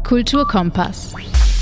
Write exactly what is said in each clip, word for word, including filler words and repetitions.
Kulturkompass.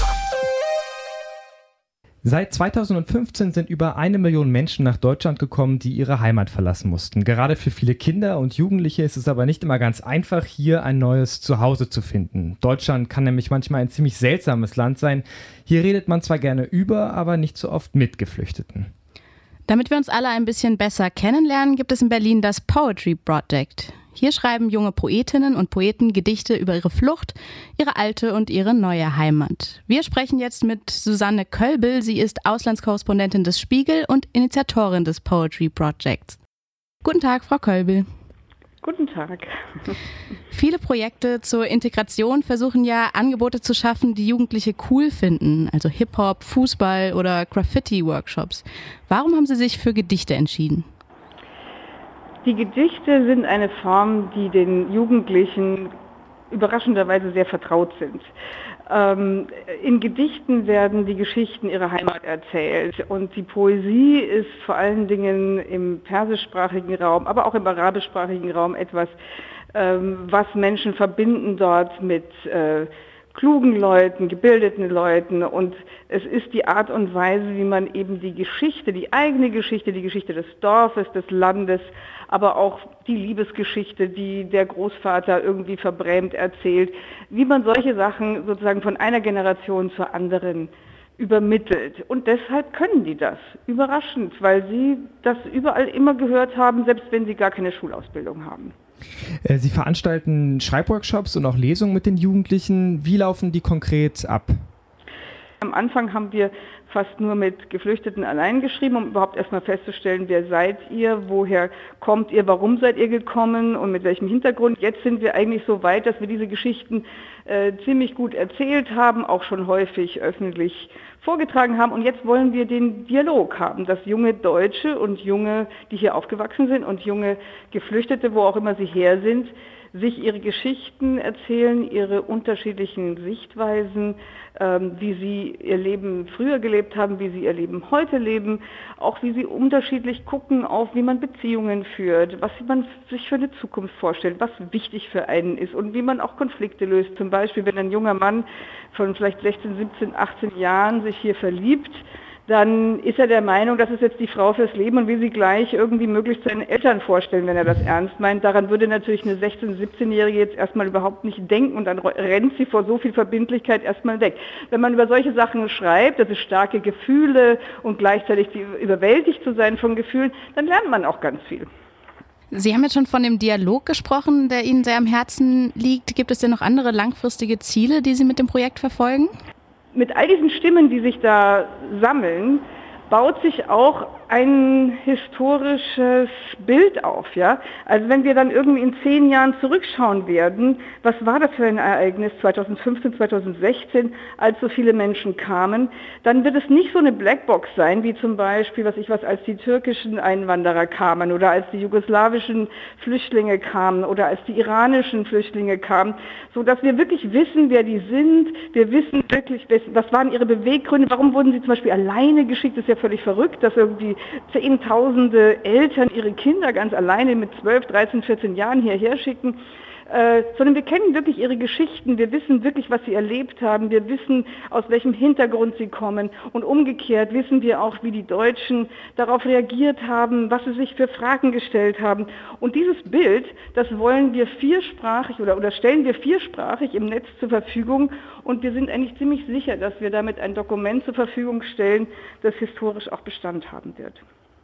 Seit zweitausendfünfzehn sind über eine Million Menschen nach Deutschland gekommen, die ihre Heimat verlassen mussten. Gerade für viele Kinder und Jugendliche ist es aber nicht immer ganz einfach, hier ein neues Zuhause zu finden. Deutschland kann nämlich manchmal ein ziemlich seltsames Land sein. Hier redet man zwar gerne über, aber nicht so oft mit Geflüchteten. Damit wir uns alle ein bisschen besser kennenlernen, gibt es in Berlin das Poetry Project. Hier schreiben junge Poetinnen und Poeten Gedichte über ihre Flucht, ihre alte und ihre neue Heimat. Wir sprechen jetzt mit Susanne Kölbel. Sie ist Auslandskorrespondentin des Spiegel und Initiatorin des Poetry Projects. Guten Tag, Frau Kölbel. Guten Tag. Viele Projekte zur Integration versuchen ja, Angebote zu schaffen, die Jugendliche cool finden, also Hip-Hop, Fußball oder Graffiti-Workshops. Warum haben Sie sich für Gedichte entschieden? Die Gedichte sind eine Form, die den Jugendlichen überraschenderweise sehr vertraut sind. Ähm, in Gedichten werden die Geschichten ihrer Heimat erzählt und die Poesie ist vor allen Dingen im persischsprachigen Raum, aber auch im arabischsprachigen Raum etwas, ähm, was Menschen verbinden dort mit äh, klugen Leuten, gebildeten Leuten, und es ist die Art und Weise, wie man eben die Geschichte, die eigene Geschichte, die Geschichte des Dorfes, des Landes, aber auch die Liebesgeschichte, die der Großvater irgendwie verbrämt erzählt, wie man solche Sachen sozusagen von einer Generation zur anderen übermittelt. Und deshalb können die das, überraschend, weil sie das überall immer gehört haben, selbst wenn sie gar keine Schulausbildung haben. Sie veranstalten Schreibworkshops und auch Lesungen mit den Jugendlichen. Wie laufen die konkret ab? Am Anfang haben wir fast nur mit Geflüchteten allein geschrieben, um überhaupt erstmal festzustellen, wer seid ihr, woher kommt ihr, warum seid ihr gekommen und mit welchem Hintergrund. Jetzt sind wir eigentlich so weit, dass wir diese Geschichten äh, ziemlich gut erzählt haben, auch schon häufig öffentlich vorgetragen haben, und jetzt wollen wir den Dialog haben, dass junge Deutsche und junge, die hier aufgewachsen sind, und junge Geflüchtete, wo auch immer sie her sind, sich ihre Geschichten erzählen, ihre unterschiedlichen Sichtweisen, ähm, wie sie ihr Leben früher gelebt haben, wie sie ihr Leben heute leben, auch wie sie unterschiedlich gucken auf, wie man Beziehungen führt, was man sich für eine Zukunft vorstellt, was wichtig für einen ist und wie man auch Konflikte löst. Zum Beispiel, wenn ein junger Mann von vielleicht sechzehn, siebzehn, achtzehn Jahren sich hier verliebt, dann ist er der Meinung, das ist jetzt die Frau fürs Leben und will sie gleich irgendwie möglichst seinen Eltern vorstellen, wenn er das ernst meint. Daran würde natürlich eine sechzehn-, siebzehnjährige jetzt erstmal überhaupt nicht denken, und dann rennt sie vor so viel Verbindlichkeit erstmal weg. Wenn man über solche Sachen schreibt, das ist starke Gefühle und gleichzeitig die, überwältigt zu sein von Gefühlen, dann lernt man auch ganz viel. Sie haben jetzt schon von dem Dialog gesprochen, der Ihnen sehr am Herzen liegt. Gibt es denn noch andere langfristige Ziele, die Sie mit dem Projekt verfolgen? Mit all diesen Stimmen, die sich da sammeln, baut sich auch ein historisches Bild auf, ja. Also wenn wir dann irgendwie in zehn Jahren zurückschauen werden, was war das für ein Ereignis zweitausendfünfzehn, zweitausendsechzehn, als so viele Menschen kamen, dann wird es nicht so eine Blackbox sein, wie zum Beispiel, was ich was, als die türkischen Einwanderer kamen oder als die jugoslawischen Flüchtlinge kamen oder als die iranischen Flüchtlinge kamen, so dass wir wirklich wissen, wer die sind. Wir wissen wirklich, was waren ihre Beweggründe, warum wurden sie zum Beispiel alleine geschickt. Das ist ja völlig verrückt, dass irgendwie Zehntausende Eltern ihre Kinder ganz alleine mit zwölf, dreizehn, vierzehn Jahren hierher schicken, äh, sondern wir kennen wirklich ihre Geschichten, wir wissen wirklich, was sie erlebt haben, wir wissen, aus welchem Hintergrund sie kommen, und umgekehrt wissen wir auch, wie die Deutschen darauf reagiert haben, was sie sich für Fragen gestellt haben. Und dieses Bild, das wollen wir viersprachig oder, oder stellen wir viersprachig im Netz zur Verfügung, und wir sind eigentlich ziemlich sicher, dass wir damit ein Dokument zur Verfügung stellen, das historisch auch Bestand haben wird.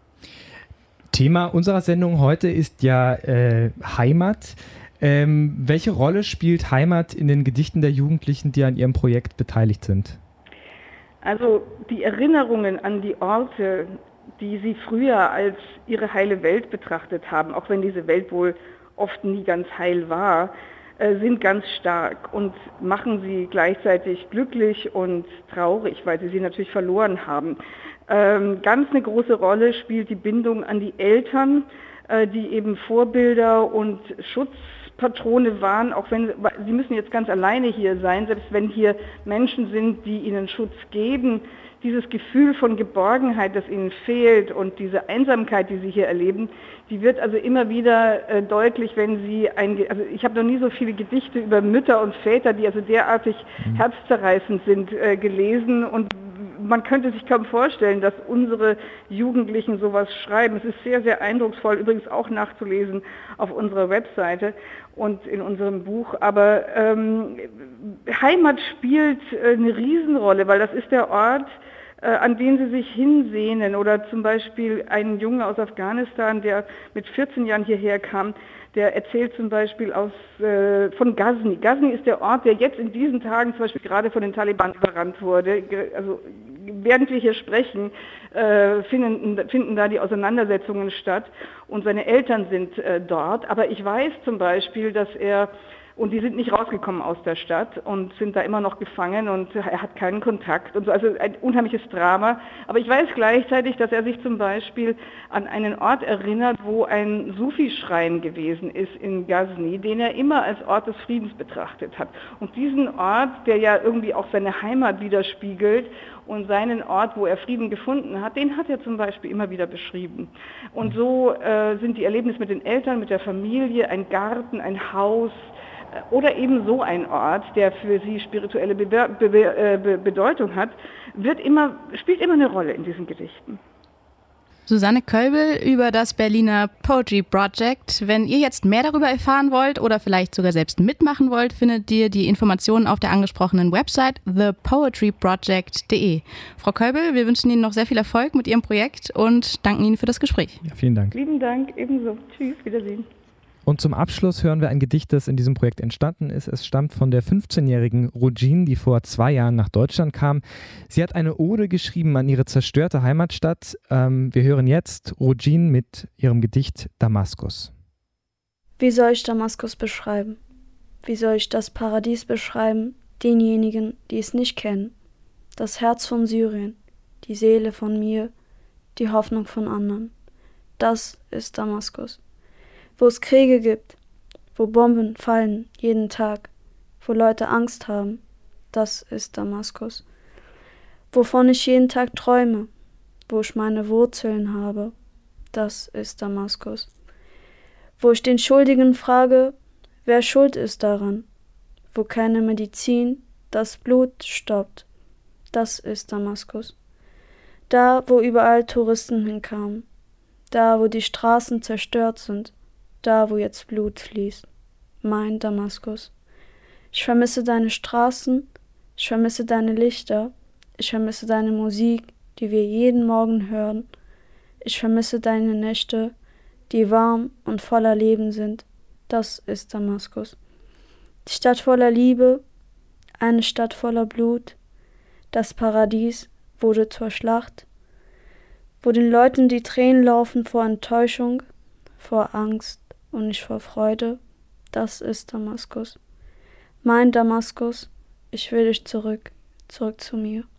Thema unserer Sendung heute ist ja äh, Heimat. Ähm, welche Rolle spielt Heimat in den Gedichten der Jugendlichen, die an ihrem Projekt beteiligt sind? Also die Erinnerungen an die Orte, die sie früher als ihre heile Welt betrachtet haben, auch wenn diese Welt wohl oft nie ganz heil war, äh, sind ganz stark und machen sie gleichzeitig glücklich und traurig, weil sie sie natürlich verloren haben. Ähm, ganz eine große Rolle spielt die Bindung an die Eltern, äh, die eben Vorbilder und Schutz Schutzpatrone waren, auch wenn sie müssen jetzt ganz alleine hier sein, selbst wenn hier Menschen sind, die ihnen Schutz geben, dieses Gefühl von Geborgenheit, das ihnen fehlt und diese Einsamkeit, die sie hier erleben, die wird also immer wieder äh, deutlich, wenn sie ein, also ich habe noch nie so viele Gedichte über Mütter und Väter, die also derartig mhm. herzzerreißend sind, äh, gelesen, und man könnte sich kaum vorstellen, dass unsere Jugendlichen sowas schreiben. Es ist sehr, sehr eindrucksvoll, übrigens auch nachzulesen auf unserer Webseite und in unserem Buch. Aber ähm, Heimat spielt äh, eine Riesenrolle, weil das ist der Ort, äh, an den sie sich hinsehnen. Oder zum Beispiel ein Junge aus Afghanistan, der mit vierzehn Jahren hierher kam, der erzählt zum Beispiel aus, äh, von Ghazni. Ghazni ist der Ort, der jetzt in diesen Tagen zum Beispiel gerade von den Taliban überrannt wurde. Also während wir hier sprechen, äh, finden, finden da die Auseinandersetzungen statt und seine Eltern sind äh, dort. Aber ich weiß zum Beispiel, dass er, und die sind nicht rausgekommen aus der Stadt und sind da immer noch gefangen und er hat keinen Kontakt und so, also ein unheimliches Drama. Aber ich weiß gleichzeitig, dass er sich zum Beispiel an einen Ort erinnert, wo ein Sufi-Schrein gewesen ist in Ghazni, den er immer als Ort des Friedens betrachtet hat. Und diesen Ort, der ja irgendwie auch seine Heimat widerspiegelt und seinen Ort, wo er Frieden gefunden hat, den hat er zum Beispiel immer wieder beschrieben. Und so äh, sind die Erlebnisse mit den Eltern, mit der Familie, ein Garten, ein Haus, oder eben so ein Ort, der für sie spirituelle Be- Be- Be- Bedeutung hat, wird immer, spielt immer eine Rolle in diesen Gedichten. Susanne Kölbel über das Berliner Poetry Project. Wenn ihr jetzt mehr darüber erfahren wollt oder vielleicht sogar selbst mitmachen wollt, findet ihr die Informationen auf der angesprochenen Website the poetry project punkt de. Frau Kölbel, wir wünschen Ihnen noch sehr viel Erfolg mit Ihrem Projekt und danken Ihnen für das Gespräch. Ja, vielen Dank. Lieben Dank, ebenso. Tschüss, Wiedersehen. Und zum Abschluss hören wir ein Gedicht, das in diesem Projekt entstanden ist. Es stammt von der fünfzehnjährigen Rojin, die vor zwei Jahren nach Deutschland kam. Sie hat eine Ode geschrieben an ihre zerstörte Heimatstadt. Ähm, wir hören jetzt Rojin mit ihrem Gedicht Damaskus. Wie soll ich Damaskus beschreiben? Wie soll ich das Paradies beschreiben, denjenigen, die es nicht kennen? Das Herz von Syrien, die Seele von mir, die Hoffnung von anderen. Das ist Damaskus. Wo es Kriege gibt, wo Bomben fallen jeden Tag, wo Leute Angst haben, das ist Damaskus. Wovon ich jeden Tag träume, wo ich meine Wurzeln habe, das ist Damaskus. Wo ich den Schuldigen frage, wer schuld ist daran, wo keine Medizin das Blut stoppt, das ist Damaskus. Da, wo überall Touristen hinkamen, da, wo die Straßen zerstört sind, da, wo jetzt Blut fließt, mein Damaskus. Ich vermisse deine Straßen, ich vermisse deine Lichter, ich vermisse deine Musik, die wir jeden Morgen hören. Ich vermisse deine Nächte, die warm und voller Leben sind. Das ist Damaskus. Die Stadt voller Liebe, eine Stadt voller Blut. Das Paradies wurde zur Schlacht, wo den Leuten die Tränen laufen vor Enttäuschung, vor Angst und nicht vor Freude. Das ist Damaskus. Mein Damaskus, ich will dich zurück, zurück zu mir.